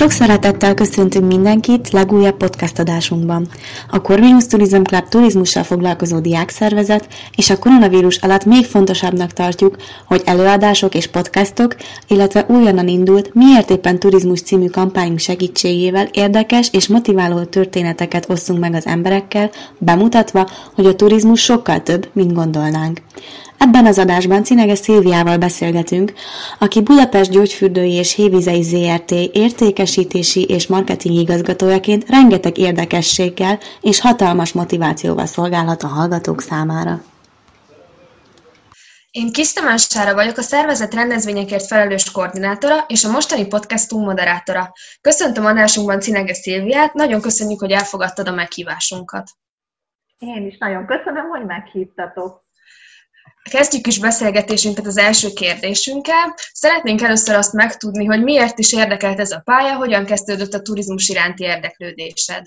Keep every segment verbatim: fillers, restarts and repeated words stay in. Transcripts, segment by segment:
Sok szeretettel köszöntünk mindenkit legújabb podcast adásunkban. A Corvinus Tourism Club turizmussal foglalkozó diákszervezet, és a koronavírus alatt még fontosabbnak tartjuk, hogy előadások és podcastok, illetve újonnan indult Miért éppen turizmus című kampányunk segítségével érdekes és motiváló történeteket osszunk meg az emberekkel, bemutatva, hogy a turizmus sokkal több, mint gondolnánk. Ebben az adásban Cinege Szilviával beszélgetünk, aki Budapest Gyógyfürdői és Hévizei zé er té értékesítési és marketing igazgatójaként rengeteg érdekességgel és hatalmas motivációval szolgálhat a hallgatók számára. Én Kis Tamás Sára vagyok, a szervezet rendezvényekért felelős koordinátora és a mostani podcastunk moderátora. Köszöntöm adásunkban Cinege Szilviát, nagyon köszönjük, hogy elfogadtad a meghívásunkat. Én is nagyon köszönöm, hogy meghívtatok. Kezdjük is beszélgetésünket az első kérdésünkkel. Szeretnénk először azt megtudni, hogy miért is érdekelt ez a pálya, hogyan kezdődött a turizmus iránti érdeklődésed.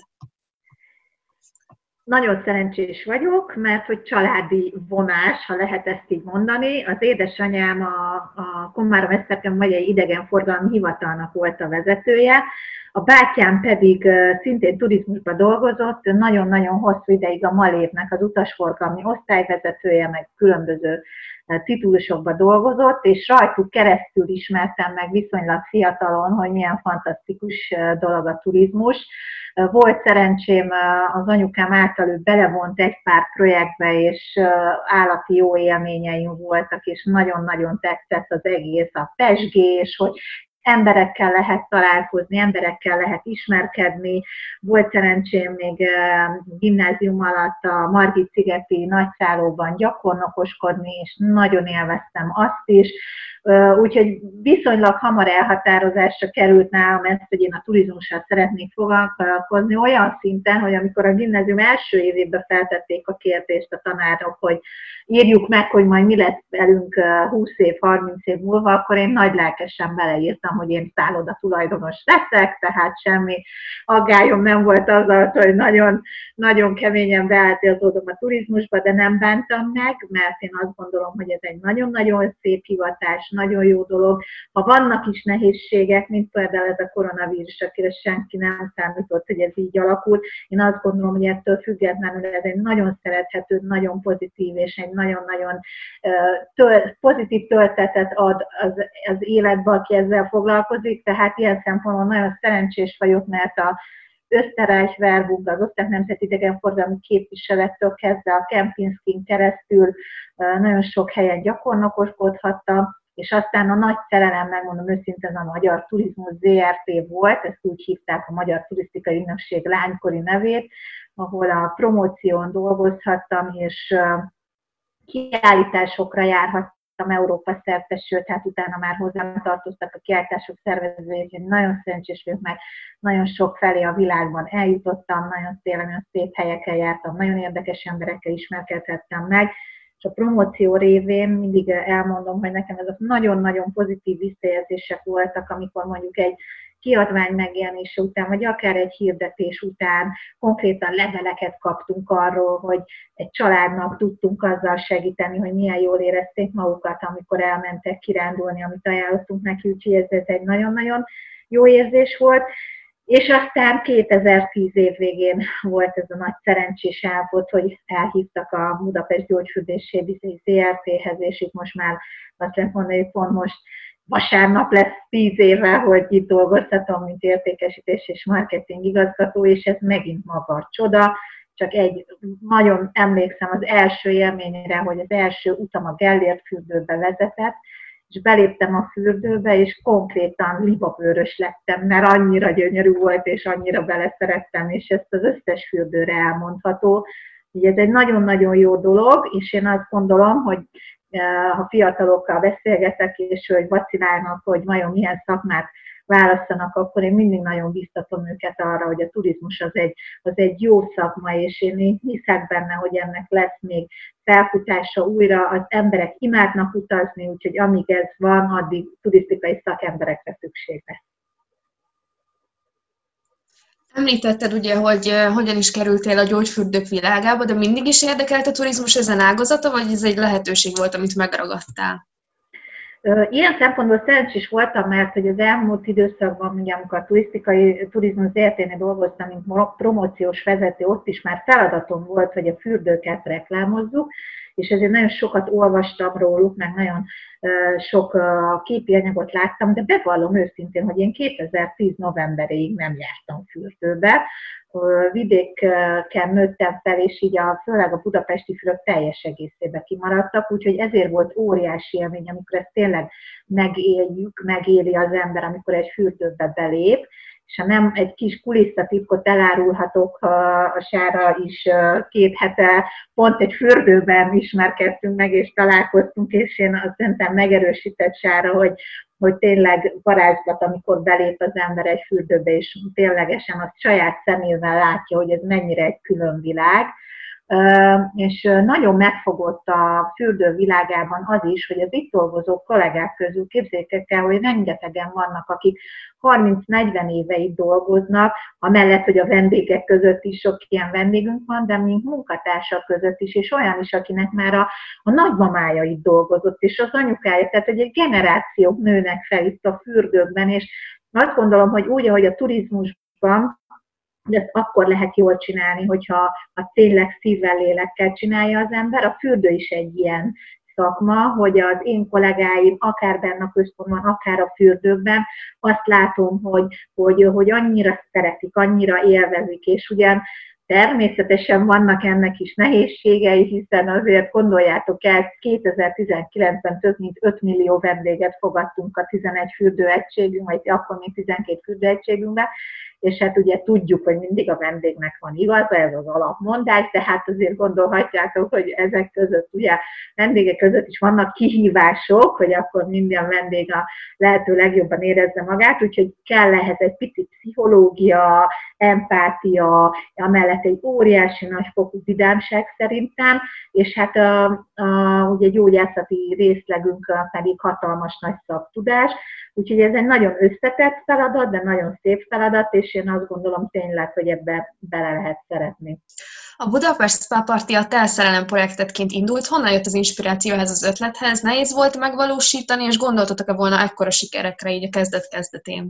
Nagyon szerencsés vagyok, mert hogy családi vonás, ha lehet ezt így mondani. Az édesanyám a, a Komárom-Esztergom megyei idegenforgalmi hivatalnak volt a vezetője, a bátyám pedig szintén turizmusban dolgozott, nagyon-nagyon hosszú ideig a Malévnek az utasforgalmi osztályvezetője, meg különböző titulusokban dolgozott, és rajtuk keresztül ismertem meg viszonylag fiatalon, hogy milyen fantasztikus dolog a turizmus. Volt szerencsém az anyukám által, ő belevont egy pár projektbe, és állati jó élményeim voltak, és nagyon-nagyon tetszett az egész, a pezsgés, hogy emberekkel lehet találkozni, emberekkel lehet ismerkedni. Volt szerencsém még gimnázium alatt a Margit-szigeti nagyszállóban gyakornokoskodni, és nagyon élveztem azt is. Úgyhogy viszonylag hamar elhatározásra került nálam ezt, hogy én a turizmussal szeretnék foglalkozni olyan szinten, hogy amikor a gimnázium első évében feltették a kérdést a tanárok, hogy írjuk meg, hogy majd mi lesz velünk húsz év, harminc év múlva, akkor én nagy lelkesen beleírtam, hogy én szálloda tulajdonos leszek, tehát semmi aggályom nem volt azzal, hogy nagyon, nagyon keményen beállítozódom a turizmusba, de nem bántam meg, mert én azt gondolom, hogy ez egy nagyon-nagyon szép hivatás, nagyon jó dolog. Ha vannak is nehézségek, mint például ez a koronavírus, akire senki nem számított, hogy ez így alakul, én azt gondolom, hogy ettől függetlenül ez egy nagyon szerethető, nagyon pozitív és egy nagyon-nagyon töl, pozitív töltetet ad az, az életbe, aki ezzel foglalkozik, tehát ilyen szempontból nagyon szerencsés vagyok, mert a Österreich Werbung, az Osztrák Nemzeti Idegenforgalmi Képviselettől kezdve a Kempinski-n keresztül nagyon sok helyen gyakornokoskodhattam, és aztán a nagy szerelem, megmondom őszintén, a Magyar Turizmus zé er té volt, ezt úgy hívták, a Magyar Turisztikai Ügynökség lánykori nevét, ahol a promóción dolgozhattam, és kiállításokra járhattam Európa szerte, sőt, hát utána már hozzám tartoztak a kiállítások szervezői, úgyhogy nagyon szerencsés vagyok, mert nagyon sok felé a világban eljutottam, nagyon tényleg nagyon szép helyeken jártam, nagyon érdekes emberekkel ismerkedhettem meg, és a promóció révén mindig elmondom, hogy nekem ezek nagyon-nagyon pozitív visszajelzések voltak, amikor mondjuk egy kiadvány megjelenése után, vagy akár egy hirdetés után konkrétan leveleket kaptunk arról, hogy egy családnak tudtunk azzal segíteni, hogy milyen jól érezték magukat, amikor elmentek kirándulni, amit ajánlottunk neki, úgyhogy ez, ez egy nagyon-nagyon jó érzés volt. És aztán kétezer-tíz év végén volt ez a nagy szerencsés állapot, hogy elhívtak a Budapest Gyógyfürdős Hévizei zé er té-hez, és itt most már azt lehet mondani, hogy pont most vasárnap lesz tíz éve, hogy itt dolgoztatom, mint értékesítés és marketing igazgató, és ez megint maga a csoda. Csak egy, nagyon emlékszem az első élményre, hogy az első utam a Gellért fürdőbe vezetett, és beléptem a fürdőbe, és konkrétan libabőrös lettem, mert annyira gyönyörű volt, és annyira beleszerettem, és ezt az összes fürdőre elmondható. Ugye ez egy nagyon-nagyon jó dolog, és én azt gondolom, hogy ha fiatalokkal beszélgetek, és hogy vacilálnak, hogy vajon milyen szakmát választanak, akkor én mindig nagyon biztatom őket arra, hogy a turizmus az egy, az egy jó szakma, és én hiszek benne, hogy ennek lesz még felfutása újra. Az emberek imádnak utazni, úgyhogy amíg ez van, addig turisztikai szakemberekre szükség lesz. Említetted ugye, hogy uh, hogyan is kerültél a gyógyfürdők világába, de mindig is érdekelt a turizmus ezen ágazata, vagy ez egy lehetőség volt, amit megragadtál? Ilyen szempontból szerencsés voltam, mert hogy az elmúlt időszakban, ugye, amikor a turisztikai turizmus zé er té-nél dolgoztam, mint promóciós vezető, ott is már feladatom volt, hogy a fürdőket reklámozzuk, és ezért nagyon sokat olvastam róluk, meg nagyon sok képi anyagot láttam, de bevallom őszintén, hogy én kétezer-tíz novemberéig nem jártam fürdőbe. Vidéken nőttem fel, és így a, főleg a budapesti fülök teljes egészében kimaradtak, úgyhogy ezért volt óriási élmény, amikor ezt tényleg megéljük, megéli az ember, amikor egy fürdőbe belép, és ha nem egy kis kulisszatitkot elárulhatok, a Sára is két hete pont egy fürdőben ismerkedtünk meg, és találkoztunk, és én azt szerintem megerősített Sára, hogy, hogy tényleg varázslat, amikor belép az ember egy fürdőbe, és ténylegesen azt saját szemével látja, hogy ez mennyire egy külön világ. És nagyon megfogott a fürdő világában az is, hogy az itt dolgozó kollégák közül képzeljék el, hogy rengetegen vannak, akik harminc-negyven éve itt dolgoznak, amellett, hogy a vendégek között is sok ilyen vendégünk van, de mint munkatársak között is, és olyan is, akinek már a, a nagymamája itt dolgozott, és az anyukája, tehát hogy egy generációk nőnek fel itt a fürdőkben, és azt gondolom, hogy úgy, ahogy a turizmusban, de ezt akkor lehet jól csinálni, hogyha ha tényleg szívvel, lélekkel csinálja az ember. A fürdő is egy ilyen szakma, hogy az én kollégáim akár benne a központban, akár a fürdőkben azt látom, hogy, hogy, hogy annyira szeretik, annyira élvezik, és ugyan természetesen vannak ennek is nehézségei, hiszen azért gondoljátok el, kétezer-tizenkilencben több mint öt millió vendéget fogadtunk a tizenegy fürdőegységünk, vagy akkor még tizenkét fürdőegységünkben, és hát ugye tudjuk, hogy mindig a vendégnek van igaza, ez az alapmondás, de hát azért gondolhatjátok, hogy ezek között, ugye vendégek között is vannak kihívások, hogy akkor minden vendég a lehető legjobban érezze magát, úgyhogy kell ehhez egy picit pszichológia, empátia, amellett egy óriási nagyfokú vidámság szerintem, és hát a, a, ugye gyógyászati részlegünk pedig hatalmas nagy szaktudás, úgyhogy ez egy nagyon összetett feladat, de nagyon szép feladat, és én azt gondolom tényleg, hogy ebbe bele lehet szeretni. A Budapest Spa Party a Telszerelem projektetként indult. Honnan jött az inspiráció ehhez az ötlethez? Nehéz volt megvalósítani, és gondoltatok-e volna ekkora sikerekre így a kezdet-kezdetén?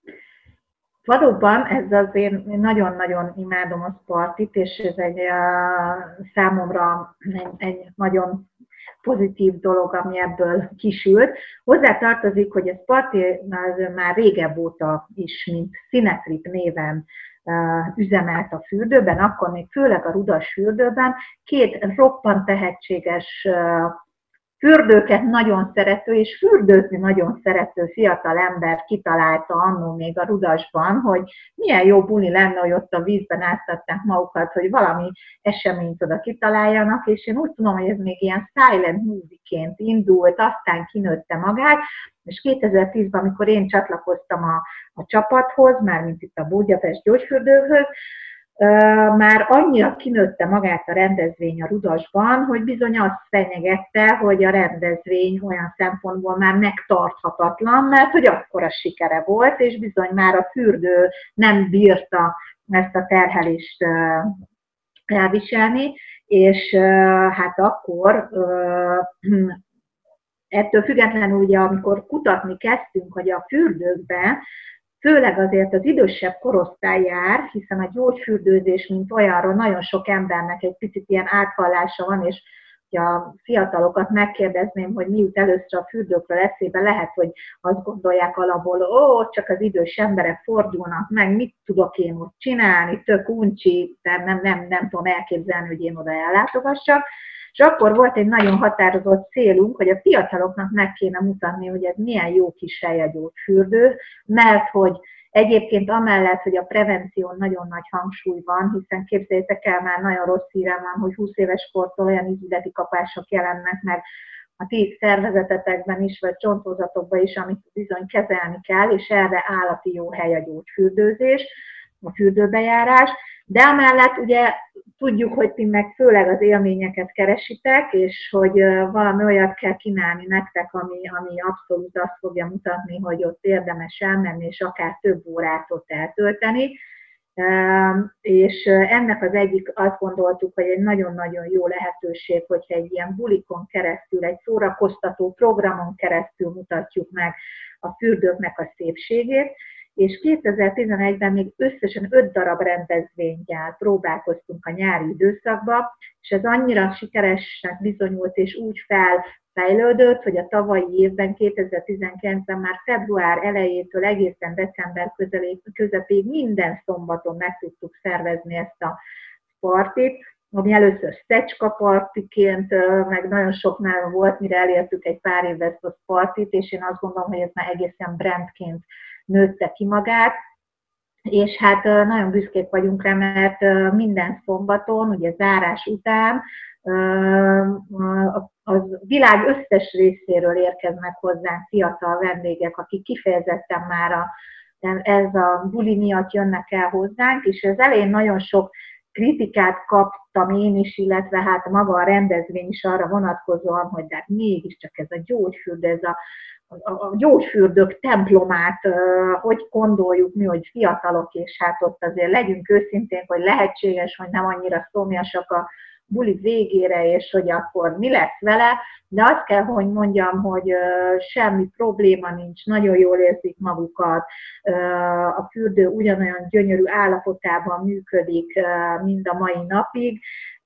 Valóban, ez az én nagyon-nagyon imádom a Spartit, és ez egy uh, számomra egy, egy nagyon pozitív dolog, ami ebből kisült. Hozzá tartozik, hogy a Sparti már régebb óta is, mint Színetrip néven uh, üzemelt a fürdőben, akkor még főleg a Rudas fürdőben, két roppant tehetséges uh, fürdőket nagyon szerető és fürdőzni nagyon szerető fiatal ember kitalálta annó még a Rudasban, hogy milyen jó buli lenne, hogy ott a vízben áztatták magukat, hogy valami eseményt oda kitaláljanak, és én úgy tudom, hogy ez még ilyen silent movie-ként indult, aztán kinőtte magát, és kétezer-tízben, amikor én csatlakoztam a, a csapathoz, mármint itt a Budapest gyógyfürdőhöz, már annyira kinőtte magát a rendezvény a Rudasban, hogy bizony azt fenyegette, hogy a rendezvény olyan szempontból már megtarthatatlan, mert hogy akkora sikere volt, és bizony már a fürdő nem bírta ezt a terhelést elviselni, és hát akkor ettől függetlenül ugye, amikor kutatni kezdtünk, hogy a fürdőkben főleg azért az idősebb korosztály jár, hiszen a gyógyfürdőzés, mint olyanról nagyon sok embernek egy picit ilyen áthallása van, és ha a fiatalokat megkérdezném, hogy mi jut először a fürdőkről eszébe, lehet, hogy azt gondolják alapból, ó, csak az idős emberek fordulnak meg, mit tudok én ott csinálni, tök uncsi, nem, nem, nem, nem tudom elképzelni, hogy én oda ellátogassak. És akkor volt egy nagyon határozott célunk, hogy a fiataloknak meg kéne mutatni, hogy ez milyen jó kis hely a gyógyfürdő, mert hogy egyébként amellett, hogy a prevención nagyon nagy hangsúly van, hiszen képzeljétek el, már nagyon rossz hírem van, hogy húsz éves kortól olyan izületi kapások jelennek meg a ti szervezetetekben is, vagy csontózatokban is, amit bizony kezelni kell, és erre állati jó hely a gyógyfürdőzés, a fürdőbejárás. De amellett ugye tudjuk, hogy ti meg főleg az élményeket keresitek, és hogy valami olyat kell kínálni nektek, ami, ami abszolút azt fogja mutatni, hogy ott érdemes elmenni, és akár több órát ott eltölteni. És ennek az egyik, azt gondoltuk, hogy egy nagyon-nagyon jó lehetőség, hogyha egy ilyen bulikon keresztül, egy szórakoztató programon keresztül mutatjuk meg a fürdőknek a szépségét, és kétezer-tizenegyben még összesen öt darab rendezvényel próbálkoztunk a nyári időszakban, és ez annyira sikeresnek bizonyult, és úgy felfejlődött, hogy a tavalyi évben, kétezer-tizenkilencben már február elejétől egészen december közepéig minden szombaton meg tudtuk szervezni ezt a partit, ami először Szecska partiként, meg nagyon sok nálam volt, mire elértük egy pár évre ezt a partit, és én azt gondolom, hogy ez már egészen brandként nőtte ki magát, és hát nagyon büszkék vagyunk rá, mert minden szombaton, ugye zárás után a világ összes részéről érkeznek hozzánk fiatal vendégek, akik kifejezetten már a, ez a buli miatt jönnek el hozzánk, és az elején nagyon sok kritikát kaptam én is, illetve hát maga a rendezvény is arra vonatkozóan, hogy de mégiscsak ez a gyógyfürdő, ez a a gyógyfürdők templomát, hogy gondoljuk mi, hogy fiatalok, és hát ott azért legyünk őszintén, hogy lehetséges, hogy nem annyira szomjasak a buli végére, és hogy akkor mi lesz vele, de azt kell, hogy mondjam, hogy semmi probléma nincs, nagyon jól érzik magukat, a fürdő ugyanolyan gyönyörű állapotában működik, mind a mai napig,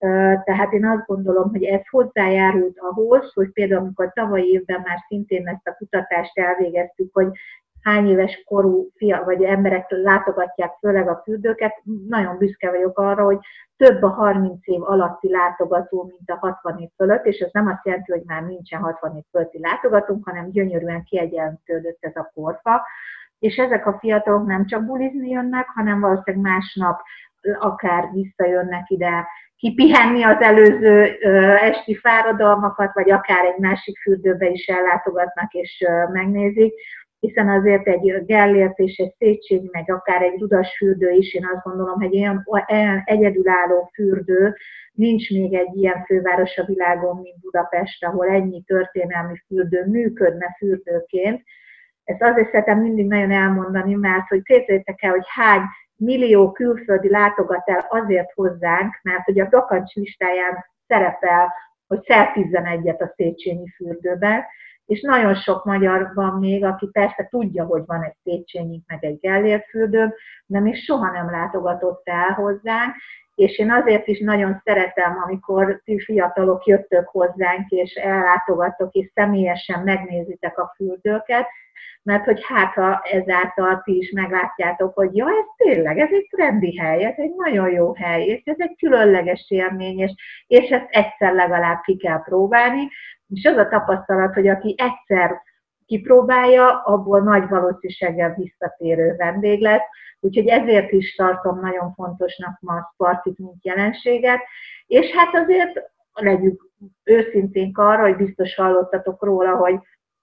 tehát én azt gondolom, hogy ez hozzájárult ahhoz, hogy például amikor tavalyi évben már szintén ezt a kutatást elvégeztük, hogy hány éves korú fia, vagy emberek látogatják főleg a fürdőket, nagyon büszke vagyok arra, hogy több a harminc év alatti látogató, mint a hatvan év fölött, és ez nem azt jelenti, hogy már nincsen hatvan év fölötti látogatónk, hanem gyönyörűen kiegyenlítődött ez a korfa, és ezek a fiatalok nem csak bulizni jönnek, hanem valószínűleg másnap akár visszajönnek ide kipihenni az előző esti fáradalmakat, vagy akár egy másik fürdőbe is ellátogatnak és megnézik, hiszen azért egy Gellért és egy Széchenyi, meg akár egy Rudas fürdő is, én azt gondolom, hogy olyan, olyan egyedülálló fürdő, nincs még egy ilyen főváros a világon, mint Budapest, ahol ennyi történelmi fürdő működne fürdőként. Ezt azért szeretem mindig nagyon elmondani, mert hogy képzeljétek el, hogy hány millió külföldi látogat el azért hozzánk, mert hogy a Gakancs listáján szerepel, hogy szertízzen egyet a Széchenyi fürdőben, és nagyon sok magyar van még, aki persze tudja, hogy van egy Széchenyi, meg egy Gellért fürdő, de még soha nem látogatott el hozzánk, és én azért is nagyon szeretem, amikor ti fiatalok jöttök hozzánk, és ellátogattok, és személyesen megnézitek a fürdőket, mert hogy hát ha ezáltal ti is meglátjátok, hogy ja, ez tényleg, ez egy trendi hely, ez egy nagyon jó hely, és ez egy különleges élmény, és, és ezt egyszer legalább ki kell próbálni, és az a tapasztalat, hogy aki egyszer kipróbálja, abból nagy valószínűséggel visszatérő vendég lesz, úgyhogy ezért is tartom nagyon fontosnak ma a partit, mint jelenséget, és hát azért legyünk őszinténk arra, hogy biztos hallottatok róla, hogy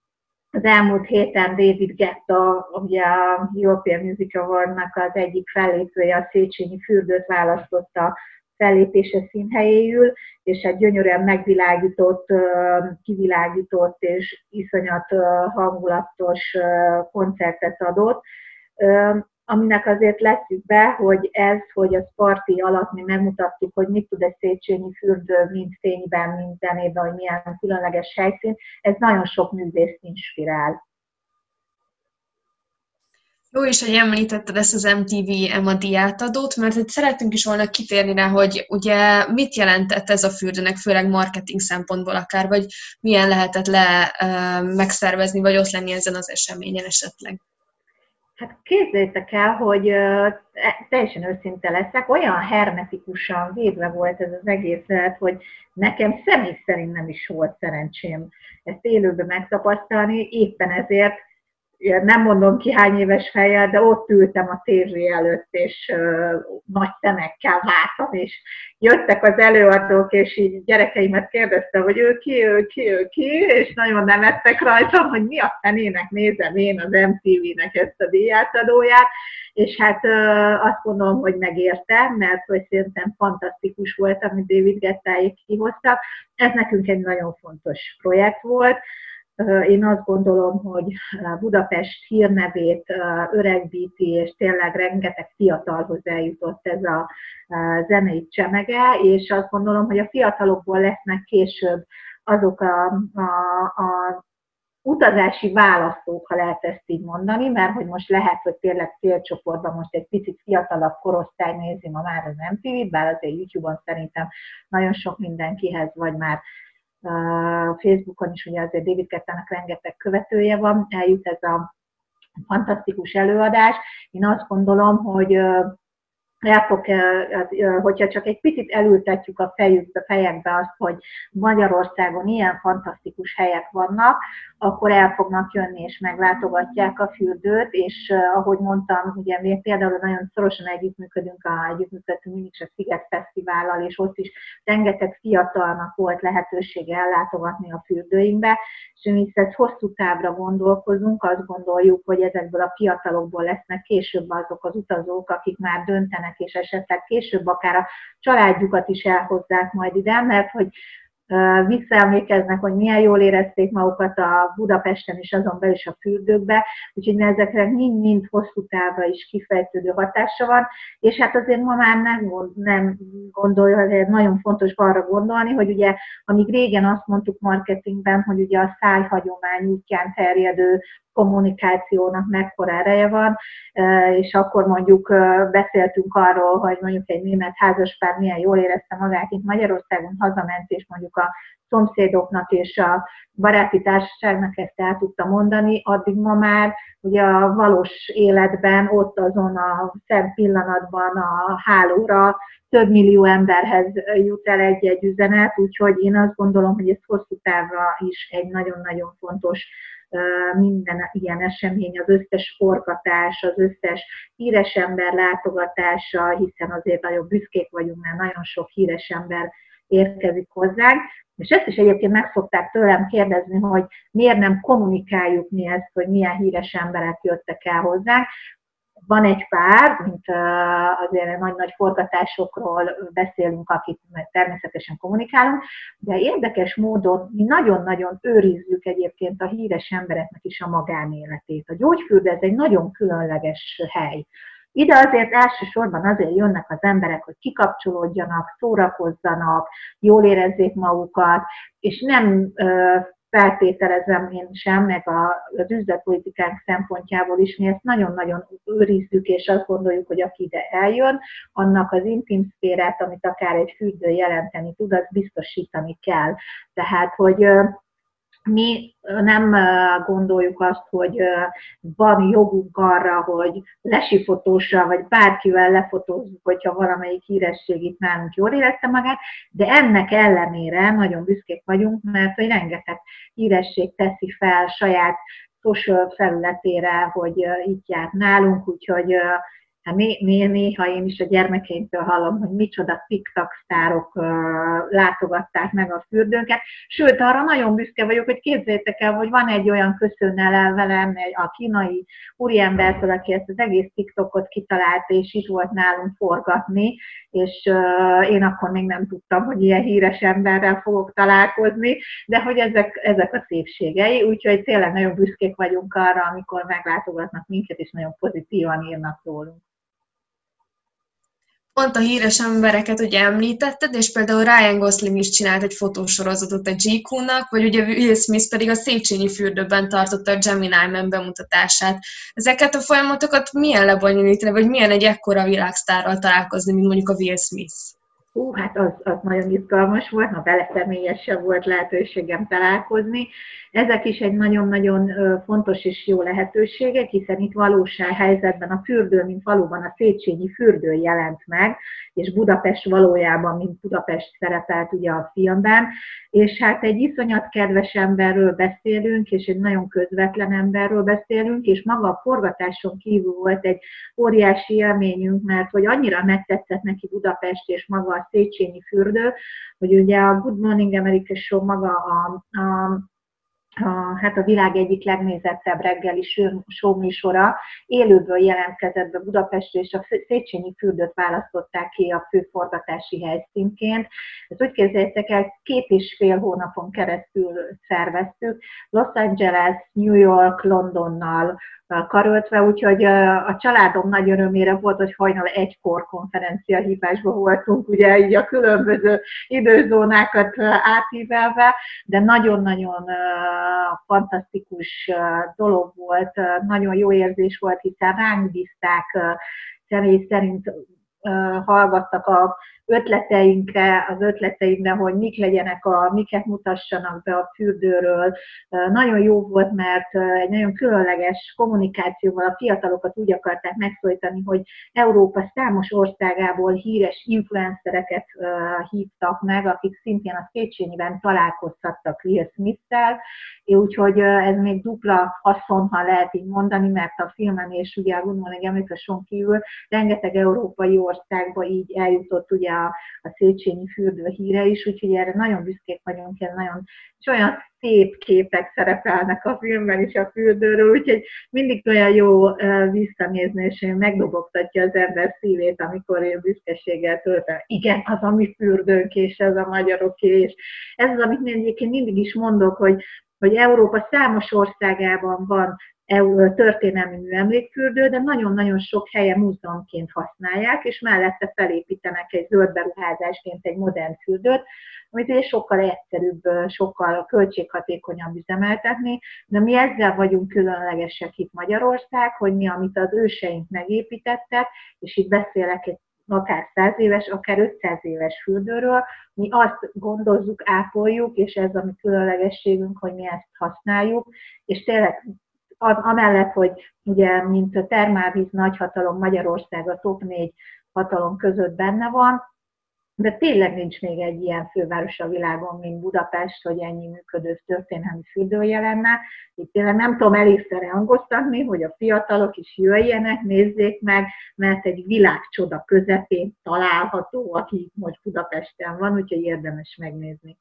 az elmúlt héten David Guetta, ugye a European Music Award-nak az egyik fellépője, a Széchenyi fürdőt választotta fellépése színhelyéül, és egy gyönyörűen megvilágított, kivilágított és iszonyat hangulatos koncertet adott, aminek azért leszük be, hogy ez, hogy a parti alatt mi megmutattuk, hogy mit tud egy Széchenyi fürdő, mind fényben, mind zenében, hogy milyen különleges helyszín, ez nagyon sok művészt inspirál. Jó is, hogy említetted ezt az em té vé Emma díjátadót, mert itt szeretünk is volna kitérni rá, hogy ugye mit jelentett ez a fürdőnek, főleg marketing szempontból akár, vagy milyen lehetett le uh, megszervezni, vagy ott lenni ezen az eseményen esetleg. Hát képzeljétek el, hogy uh, teljesen őszinte leszek, olyan hermetikusan védve volt ez az egészet, hogy nekem személy szerint nem is volt szerencsém ezt élőben megtapasztalni, éppen ezért nem mondom ki hány éves fejjel, de ott ültem a tévé előtt, és uh, nagy szemekkel vártam, és jöttek az előadók, és így gyerekeimet kérdeztem, hogy ő ki, ő ki, ő ki, és nagyon nevettek rajtam, hogy mi a fenének nézem én az em té vé-nek ezt a díjátadóját, és hát uh, azt mondom, hogy megértem, mert hogy szerintem fantasztikus volt, amit David Guettáék kihoztak. Ez nekünk egy nagyon fontos projekt volt. Én azt gondolom, hogy Budapest hírnevét öregbíti, és tényleg rengeteg fiatalhoz eljutott ez a zenei csemege, és azt gondolom, hogy a fiatalokból lesznek később azok a, a, a utazási választók, ha lehet ezt így mondani, mert hogy most lehet, hogy tényleg célcsoportban most egy picit fiatalabb korosztály nézi ma már az em té vét, bár azért YouTube-on szerintem nagyon sok mindenkihez, vagy már uh, Facebookon is, ugye azért David Guettának rengeteg követője van, eljut ez a fantasztikus előadás. Én azt gondolom, hogy uh, el fog, hogyha csak egy picit elültetjük a fejükbe, fejekbe azt, hogy Magyarországon ilyen fantasztikus helyek vannak, akkor el fognak jönni és meglátogatják a fürdőt, és ahogy mondtam, ugye mi például nagyon szorosan együttműködünk, a, együttműködtünk mindig is a Sziget Fesztivállal, és ott is rengeteg fiatalnak volt lehetősége ellátogatni a fürdőinkbe, és mi ezt hosszú távra gondolkozunk, azt gondoljuk, hogy ezekből a fiatalokból lesznek később azok az utazók, akik már döntenek, és esetleg később akár a családjukat is elhozzák majd ide, mert hogy visszaemlékeznek, hogy milyen jól érezték magukat a Budapesten és azon belül is a fürdőkbe, úgyhogy ezekre mind-mind hosszú távra is kifejtődő hatása van, és hát azért ma már nem, nem gondolja, hogy nagyon fontos arra gondolni, hogy ugye, amíg régen azt mondtuk marketingben, hogy ugye a szájhagyomány útján terjedő kommunikációnak mekkora ereje van, és akkor mondjuk beszéltünk arról, hogy mondjuk egy német házaspár milyen jól érezte magát itt Magyarországon, hazament, és mondjuk a szomszédoknak és a baráti társaságnak ezt el tudta mondani, addig ma már ugye a valós életben, ott azon a szebb pillanatban a hálóra több millió emberhez jut el egy-egy üzenet, úgyhogy én azt gondolom, hogy ez hosszú távra is egy nagyon-nagyon fontos minden ilyen esemény, az összes forgatás, az összes híres ember látogatása, hiszen azért nagyon büszkék vagyunk, mert nagyon sok híres ember érkezik hozzánk. És ezt is egyébként meg szokták tőlem kérdezni, hogy miért nem kommunikáljuk mi ezt, hogy milyen híres emberek jöttek el hozzánk. Van egy pár, mint azért nagy-nagy forgatásokról beszélünk, akik természetesen kommunikálunk, de érdekes módon mi nagyon-nagyon őrizzük egyébként a híres embereknek is a magánéletét. A gyógyfürdő ez egy nagyon különleges hely. Ide azért elsősorban azért jönnek az emberek, hogy kikapcsolódjanak, szórakozzanak, jól érezzék magukat, és nem feltételezem én sem, meg az üzletpolitikánk szempontjából is, mi ezt nagyon-nagyon őrizzük, és azt gondoljuk, hogy aki ide eljön, annak az intim szférát, amit akár egy fürdő jelenteni tud, azt biztosítani kell. Tehát, hogy mi nem gondoljuk azt, hogy van jogunk arra, hogy lesifotóssal, vagy bárkivel lefotózzuk, hogyha valamelyik híresség itt nálunk jól érezte magát, de ennek ellenére nagyon büszkék vagyunk, mert hogy rengeteg híresség teszi fel saját social felületére, hogy itt járt nálunk, úgyhogy hát né, né, néha én is a gyermekeimtől hallom, hogy micsoda TikTok sztárok uh, látogatták meg a fürdőnket. Sőt, arra nagyon büszke vagyok, hogy képzeljétek el, hogy van egy olyan köszönnel velem, a kínai úriembertől, aki ezt az egész TikTokot kitalálta, és itt volt nálunk forgatni, és uh, én akkor még nem tudtam, hogy ilyen híres emberrel fogok találkozni, de hogy ezek, ezek a szépségei, úgyhogy tényleg nagyon büszkék vagyunk arra, amikor meglátogatnak minket, és nagyon pozitívan írnak rólunk. Pont a híres embereket ugye említetted, és például Ryan Gosling is csinált egy fotósorozatot a gé kú-nak, vagy ugye Will Smith pedig a Széchenyi fürdőben tartotta a Gemini Man bemutatását. Ezeket a folyamatokat milyen lebonyolítani, vagy milyen egy ekkora világsztárral találkozni, mint mondjuk a Will Smith? Hú, hát az, az nagyon izgalmas volt, na vele személyesen volt lehetőségem találkozni. Ezek is egy nagyon-nagyon fontos és jó lehetőségek, hiszen itt valósághelyzetben a fürdő, mint valóban a Széchenyi fürdő jelent meg, és Budapest valójában, mint Budapest szerepelt ugye a filmben, és hát egy iszonyat kedves emberről beszélünk, és egy nagyon közvetlen emberről beszélünk, és maga a forgatáson kívül volt egy óriási élményünk, mert hogy annyira megtetszett neki Budapest és maga a Széchenyi fürdő, hogy ugye a Good Morning America Show maga a, a a, hát a világ egyik legnézettebb reggeli showműsora élőből jelentkezett be Budapestre, és a Széchenyi fürdőt választották ki a fő forgatási helyszínként. Ezt úgy képzeljétek el, két és fél hónapon keresztül szerveztük, Los Angeles, New York, Londonnal karöltve, úgyhogy a családom nagy örömére volt, hogy hajnal egykor konferencia hívásban voltunk, ugye így a különböző időzónákat átívelve, de nagyon-nagyon fantasztikus dolog volt, nagyon jó érzés volt, hiszen ránk bízták, személy szerint hallgattak a ötleteinkre, az ötleteinkre, hogy mik legyenek, a, miket mutassanak be a fürdőről. Nagyon jó volt, mert egy nagyon különleges kommunikációval a fiatalokat úgy akarták megszólítani, hogy Európa számos országából híres influencereket hívtak meg, akik szintén a Széchenyiben találkozhattak Will Smith-tel, úgyhogy ez még dupla haszon, ha lehet így mondani, mert a filmen és ugye a Good Morning America-son kívül rengeteg európai országba így eljutott ugye a, a Széchenyi fürdő híre is, úgyhogy erre nagyon büszkék vagyunk, ez nagyon, és olyan szép képek szerepelnek a filmben is a fürdőről, úgyhogy mindig olyan jó visszanézni, és megdobogtatja az ember szívét, amikor én büszkeséggel töltöm. Igen, az a mi fürdőnk, és ez a magyaroké, és ez az, amit én mindig is mondok, hogy, hogy Európa számos országában van történelmi műemlékfürdő, de nagyon-nagyon sok helyen múzeumként használják, és mellette felépítenek egy zöld beruházásként egy modern fürdőt, amit ugye sokkal egyszerűbb, sokkal költséghatékonyabb üzemeltetni, de mi ezzel vagyunk különlegesek itt Magyarország, hogy mi, amit az őseink megépítettek, és itt beszélek egy akár száz éves, akár ötszáz éves fürdőről, mi azt gondozzuk, ápoljuk, és ez a mi különlegességünk, hogy mi ezt használjuk, és tényleg amellett, hogy ugye, mint a termálvíz nagyhatalom Magyarország a top négy hatalom között benne van, de tényleg nincs még egy ilyen főváros a világon, mint Budapest, hogy ennyi működő történelmi fürdője lenne. Itt tényleg nem tudom elégszer hangoztatni, hogy a fiatalok is jöjjenek, nézzék meg, mert egy világcsoda közepén található, aki most Budapesten van, úgyhogy érdemes megnézni.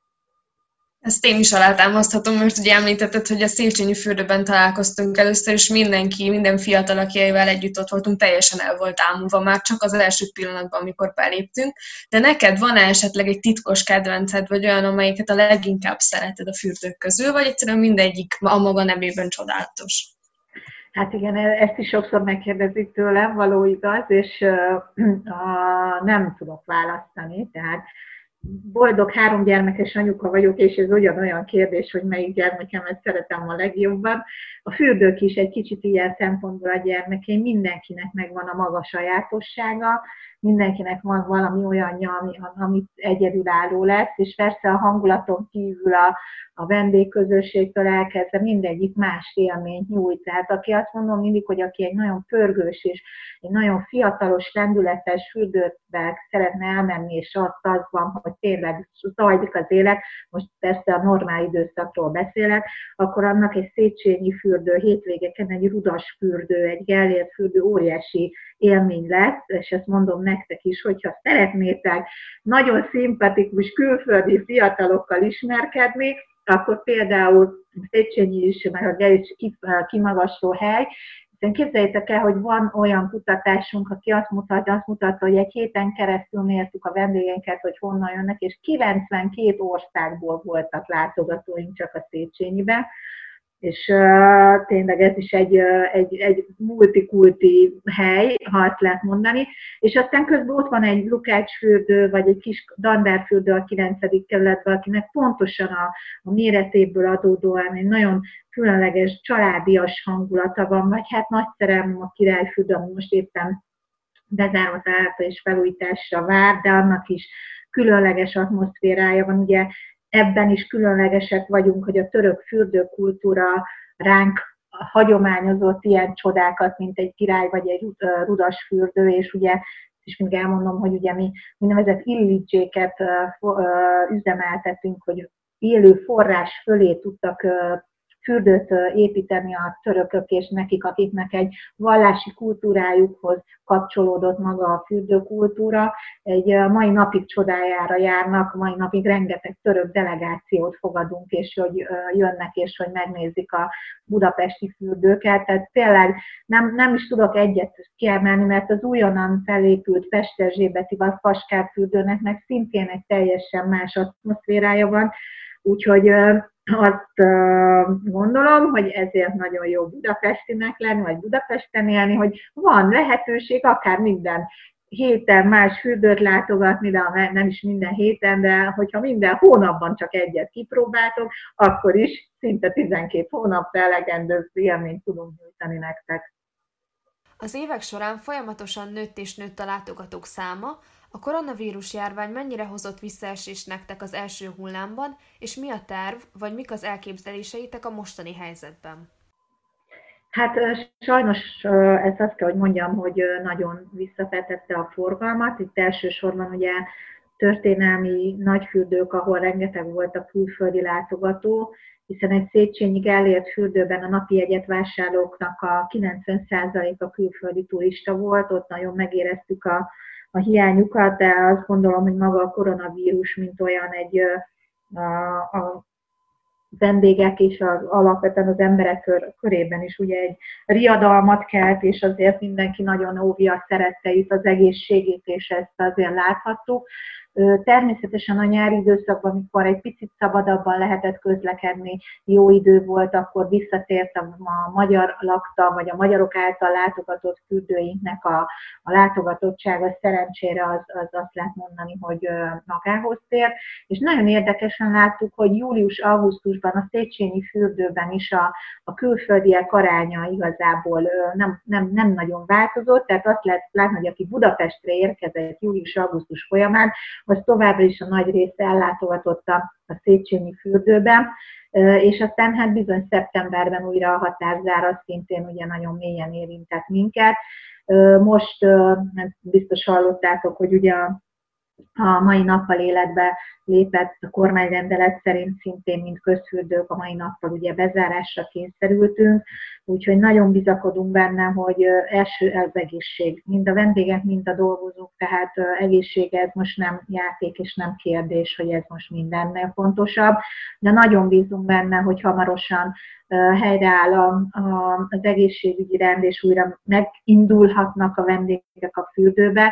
Ezt én is alátámaszthatom, mert ugye említetted, hogy a Széchenyi fürdőben találkoztunk először, és mindenki, minden fiatal, akivel együtt ott voltunk, teljesen el volt ámulva már csak az első pillanatban, amikor beléptünk. De neked van-e esetleg egy titkos kedvenced, vagy olyan, amelyiket a leginkább szereted a fürdők közül, vagy egyszerűen mindegyik a maga nevében csodálatos? Hát igen, ezt is sokszor megkérdezik tőlem, való igaz, és uh, nem tudok választani, tehát boldog három gyermekes anyuka vagyok, és ez ugyanolyan kérdés, hogy melyik gyermekemet szeretem a legjobban. A fürdők is egy kicsit ilyen szempontból a gyermekeim, mindenkinek megvan a maga sajátossága, mindenkinek van valami olyanja, ami, amit egyedülálló lesz, és persze a hangulaton kívül a, a vendégközösségtől elkezdve mindegyik más élményt nyújt. Tehát aki azt mondom mindig, hogy aki egy nagyon pörgős és egy nagyon fiatalos, lendületes fürdőbe szeretne elmenni, és azt az van, hogy tényleg zajlik az élet, most persze a normál időszakról beszélek, akkor annak egy Széchenyi fürdő, hétvégeken egy rudas fürdő, egy Gellért fürdő óriási élmény lesz, és ezt mondom nektek is, hogyha szeretnétek nagyon szimpatikus külföldi fiatalokkal ismerkedni, akkor például Széchenyi is, meg a Gellért kimagasló hely, hiszen képzeljétek el, hogy van olyan kutatásunk, aki azt mutatja, azt mutatta, hogy egy héten keresztül mértük a vendégeinket, hogy honnan jönnek, és kilencvenkét országból voltak látogatóink csak a Széchenyiben, és uh, tényleg ez is egy, uh, egy, egy multikulti hely, ha azt lehet mondani, és aztán közben ott van egy Lukács fürdő, vagy egy kis Dandár fürdő a kilencedik kerületben, akinek pontosan a, a méretéből adódóan egy nagyon különleges, családias hangulata van, vagy hát nagy szerelmem a Királyfürdő, ami most éppen bezárva által és felújításra vár, de annak is különleges atmoszférája van, ugye ebben is különlegesek vagyunk, hogy a török fürdőkultúra ránk hagyományozott ilyen csodákat, mint egy király vagy egy rudas fürdő, és ugye, és még elmondom, hogy ugye mi úgynevezett illidzséket üzemeltetünk, hogy élő forrás fölé tudtak fürdőt építeni a törökök és nekik, akiknek egy vallási kultúrájukhoz kapcsolódott maga a fürdőkultúra. Egy mai napig csodájára járnak, mai napig rengeteg török delegációt fogadunk, és hogy jönnek, és hogy megnézik a budapesti fürdőket. Tehát tényleg nem, nem is tudok egyet kiemelni, mert az újonnan felépült Pesterzsébeti vagy Paskár fürdőnek meg szintén egy teljesen más atmoszférája van, úgyhogy azt gondolom, hogy ezért nagyon jó budapestinek lenni, vagy Budapesten élni, hogy van lehetőség akár minden héten más fürdőt látogatni, de nem is minden héten, de hogyha minden hónapban csak egyet kipróbáltok, akkor is szinte tizenkét hónapra elegendő élményt tudunk nyújtani nektek. Az évek során folyamatosan nőtt és nőtt a látogatók száma. A koronavírus járvány mennyire hozott visszaesést nektek az első hullámban, és mi a terv, vagy mik az elképzeléseitek a mostani helyzetben? Hát sajnos ez azt kell, hogy mondjam, hogy nagyon visszafetette a forgalmat. Itt elsősorban ugye történelmi nagyfürdők, ahol rengeteg volt a külföldi látogató, hiszen egy Széchenyig elért fürdőben a napi jegyet vásárlóknak a kilencven százaléka külföldi turista volt, ott nagyon megéreztük a, a hiányukat, de azt gondolom, hogy maga a koronavírus, mint olyan egy a, a vendégek és az, alapvetően az emberek kör, körében is ugye egy riadalmat kelt, és azért mindenki nagyon óvja a szeretteit, az egészségét, és ezt azért láthattuk. Természetesen a nyári időszakban, amikor egy picit szabadabban lehetett közlekedni, jó idő volt, akkor visszatért a, a magyar lakta, vagy a magyarok által látogatott fürdőinknek a, a látogatottsága, szerencsére az, az azt lehet mondani, hogy magához tér. És nagyon érdekesen láttuk, hogy július-augusztusban a Széchenyi fürdőben is a, a külföldiek aránya igazából nem, nem, nem nagyon változott, tehát azt lehet látni, hogy aki Budapestre érkezett július-augusztus folyamán, az továbbra is a nagy része ellátogatott a Széchenyi fürdőben, és aztán hát bizony szeptemberben újra a határzár szintén ugye nagyon mélyen érintett minket. Most biztos hallottátok, hogy ugye a A mai nappal életbe lépett a kormányrendelet szerint szintén, mint közfürdők, a mai nappal ugye bezárásra kényszerültünk, úgyhogy nagyon bizakodunk benne, hogy első az egészség, mind a vendégek, mind a dolgozók, tehát egészség ez most nem játék és nem kérdés, hogy ez most mindennél fontosabb, de nagyon bízunk benne, hogy hamarosan helyreáll a, a, az egészségügyi rend, és újra megindulhatnak a vendégek a fürdőbe,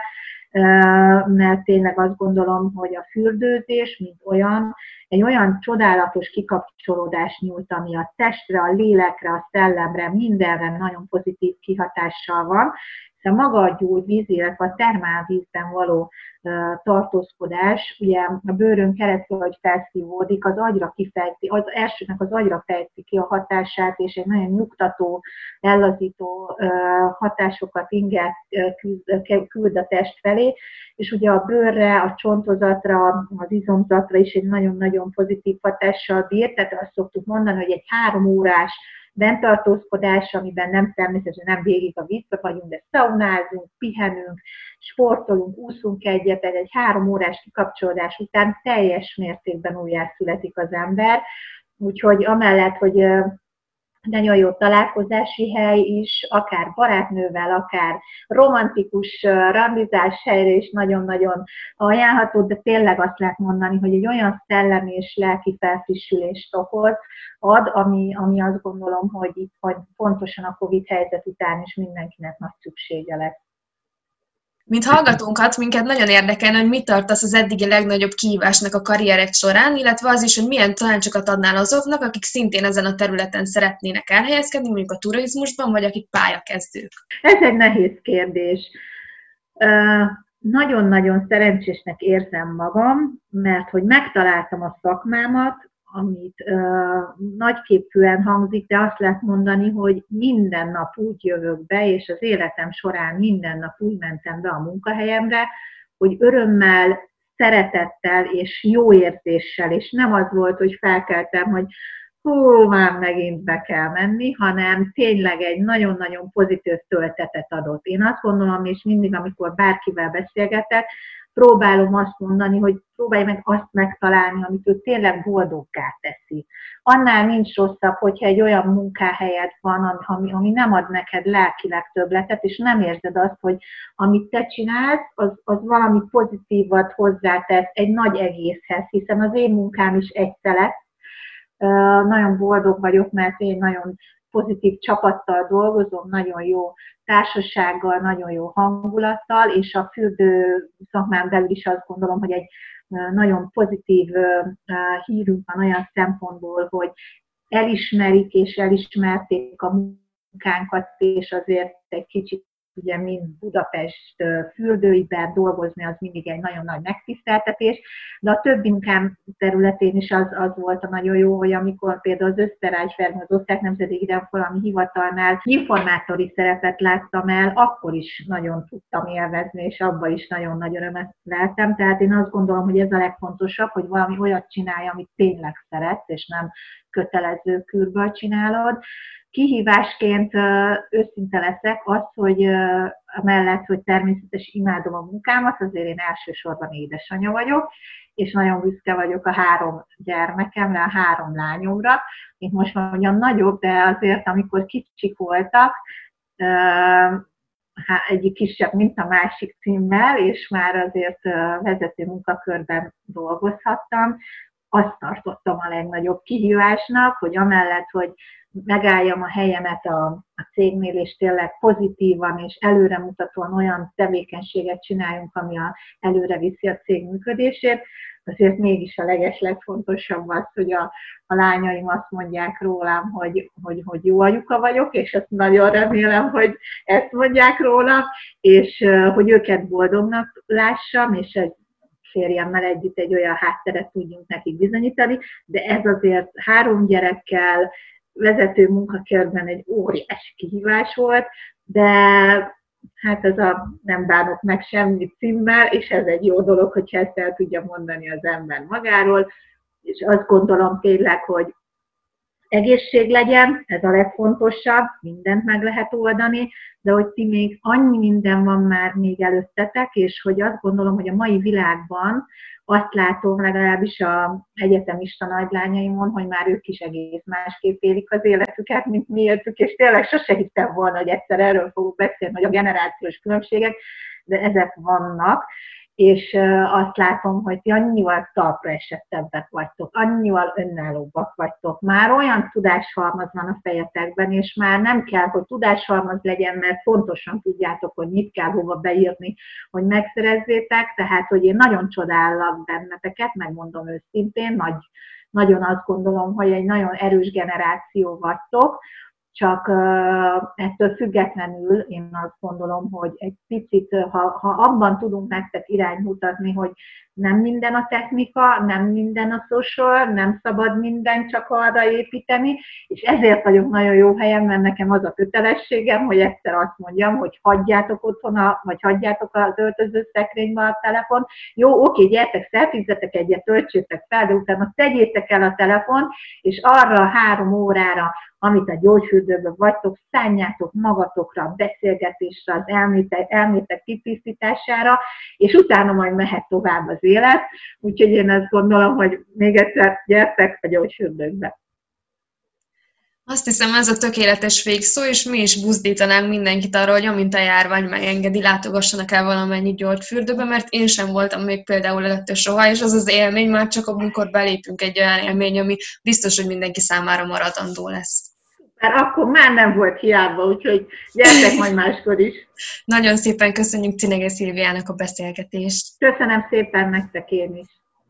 mert tényleg azt gondolom, hogy a fürdőzés, mint olyan, egy olyan csodálatos kikapcsolódást nyújt, ami a testre, a lélekre, a szellemre, mindenre nagyon pozitív kihatással van, hiszen maga a gyógyvíz, illetve a termálvízben való uh, tartózkodás, ugye a bőrön keresztül, hogy felszívódik, az agyra kifejti, az elsőnek az agyra fejti ki a hatását, és egy nagyon nyugtató, ellazító uh, hatásokat, inget uh, küld a test felé, és ugye a bőrre, a csontozatra, az izomzatra is egy nagyon-nagyon pozitív hatással bír, tehát azt szoktuk mondani, hogy egy három órás benntartózkodás, amiben nem természetesen nem végig a vízbe vagyunk, de szaunázunk, pihenünk, sportolunk, úszunk egyet, egy három órás kikapcsolódás után teljes mértékben újjászületik az ember. Úgyhogy amellett, hogy nagyon jó találkozási hely is, akár barátnővel, akár romantikus randizás helyre is nagyon-nagyon ajánlható, de tényleg azt lehet mondani, hogy egy olyan szellemi és lelki felfrissülést okoz, ad, ami, ami azt gondolom, hogy itt hogy pontosan a Covid helyzet után is mindenkinek nagy szüksége lesz. Mint hallgatónkat, minket nagyon érdekelne, hogy mit tartasz az eddigi legnagyobb kihívásnak a karrierek során, illetve az is, hogy milyen tanácsokat adnál azoknak, akik szintén ezen a területen szeretnének elhelyezkedni, mondjuk a turizmusban, vagy akik pályakezdők. Ez egy nehéz kérdés. Nagyon-nagyon szerencsésnek érzem magam, mert hogy megtaláltam a szakmámat, amit uh, nagyképűen hangzik, de azt lehet mondani, hogy minden nap úgy jövök be, és az életem során minden nap úgy mentem be a munkahelyemre, hogy örömmel, szeretettel és jó érzéssel, és nem az volt, hogy felkeltem, hogy hú, már megint be kell menni, hanem tényleg egy nagyon-nagyon pozitív töltetet adott. Én azt gondolom, és mindig, amikor bárkivel beszélgetek, próbálom azt mondani, hogy próbálj meg azt megtalálni, amit ő tényleg boldoggá teszi. Annál nincs rosszabb, hogyha egy olyan munkahelyed van, ami, ami nem ad neked lelkileg többletet, és nem érzed azt, hogy amit te csinálsz, az, az valami pozitívat hozzátesz egy nagy egészhez, hiszen az én munkám is egy szelet. Nagyon boldog vagyok, mert én nagyon pozitív csapattal dolgozom, nagyon jó társasággal, nagyon jó hangulattal, és a fürdő szakmán belül is azt gondolom, hogy egy nagyon pozitív hírünk van olyan szempontból, hogy elismerik és elismerték a munkánkat, és azért egy kicsit ugye mind Budapest fürdőiben dolgozni, az mindig egy nagyon nagy megtiszteltetés, de a többi munkám területén is az, az volt a nagyon jó, hogy amikor például az Österreich-Fermi, az Osztrák Nemzeti Idegenforgalmi Hivatalnál informátori szerepet láttam el, akkor is nagyon tudtam élvezni, és abban is nagyon nagy örömet leltem. Tehát én azt gondolom, hogy ez a legfontosabb, hogy valami olyat csinálja, amit tényleg szeretsz, és nem kötelező kürből csinálod. Kihívásként őszinte leszek az, hogy amellett, hogy természetesen imádom a munkámat, azért én elsősorban édesanyja vagyok, és nagyon büszke vagyok a három gyermekemre, a három lányomra. Én most már ugyan nagyobb, de azért, amikor kicsik voltak, egyik kisebb, mint a másik címmel, és már azért vezető munkakörben dolgozhattam, azt tartottam a legnagyobb kihívásnak, hogy amellett, hogy megálljam a helyemet a, a cégnél, és tényleg pozitívan és előremutatóan olyan tevékenységet csináljunk, ami a, előre viszi a cég működését, azért mégis a legeslegfontosabb az, hogy a, a lányaim azt mondják rólam, hogy, hogy, hogy jó anyuka vagyok, és azt nagyon remélem, hogy ezt mondják rólam, és hogy őket boldognak lássam, és egy férjemmel együtt egy olyan hátteret tudjunk nekik bizonyítani, de ez azért három gyerekkel, vezető munkakörben egy óriási kihívás volt, de hát ez a nem bánok meg semmi címmel, és ez egy jó dolog, hogyha ezt el tudja mondani az ember magáról, és azt gondolom tényleg, hogy egészség legyen, ez a legfontosabb, mindent meg lehet oldani, de hogy ti még annyi minden van már még előttetek, és hogy azt gondolom, hogy a mai világban azt látom legalábbis az egyetemista nagylányaimon, hogy már ők is egész másképp élik az életüket, mint mi éltük, és tényleg sose hittem volna, hogy egyszer erről fogok beszélni, hogy a generációs különbségek, de ezek vannak, és azt látom, hogy ti annyival talpra esettebbek vagytok, annyival önállóbbak vagytok. Már olyan tudáshalmaz van a fejetekben, és már nem kell, hogy tudáshalmaz legyen, mert pontosan tudjátok, hogy mit kell hova beírni, hogy megszerezzétek, tehát, hogy én nagyon csodálok benneteket, megmondom őszintén, nagy, nagyon azt gondolom, hogy egy nagyon erős generáció vagytok, csak ettől függetlenül én azt gondolom, hogy egy picit, ha, ha abban tudunk nektek irányt mutatni, hogy nem minden a technika, nem minden a social, nem szabad minden csak arra építeni, és ezért vagyok nagyon jó helyen, mert nekem az a kötelességem, hogy egyszer azt mondjam, hogy hagyjátok otthon, a, vagy hagyjátok az öltöző szekrénybe a telefon. Jó, oké, gyertek, szelfizzetek egyet, töltsétek fel, de utána tegyétek el a telefon, és arra a három órára, amit a gyógyfürdőben vagytok, szánjátok magatokra, a beszélgetésre, az elmétek, elmétek kitisztítására, és utána majd mehet tovább az élet. Úgyhogy én azt gondolom, hogy még egyszer gyertek a gyógyfürdőkbe. Azt hiszem, ez a tökéletes végszó, és mi is buzdítanánk mindenkit arra, hogy amint a járvány megengedi, látogassanak el valamennyi gyógyfürdőbe, mert én sem voltam még például előtte soha, és az az élmény már csak amikor belépünk egy olyan élmény, ami biztos, hogy mindenki számára maradandó lesz. Mert akkor már nem volt hiába, úgyhogy gyertek majd máskor is. Nagyon szépen köszönjük Cinege Szilviának a beszélgetést. Köszönöm szépen nektek én is.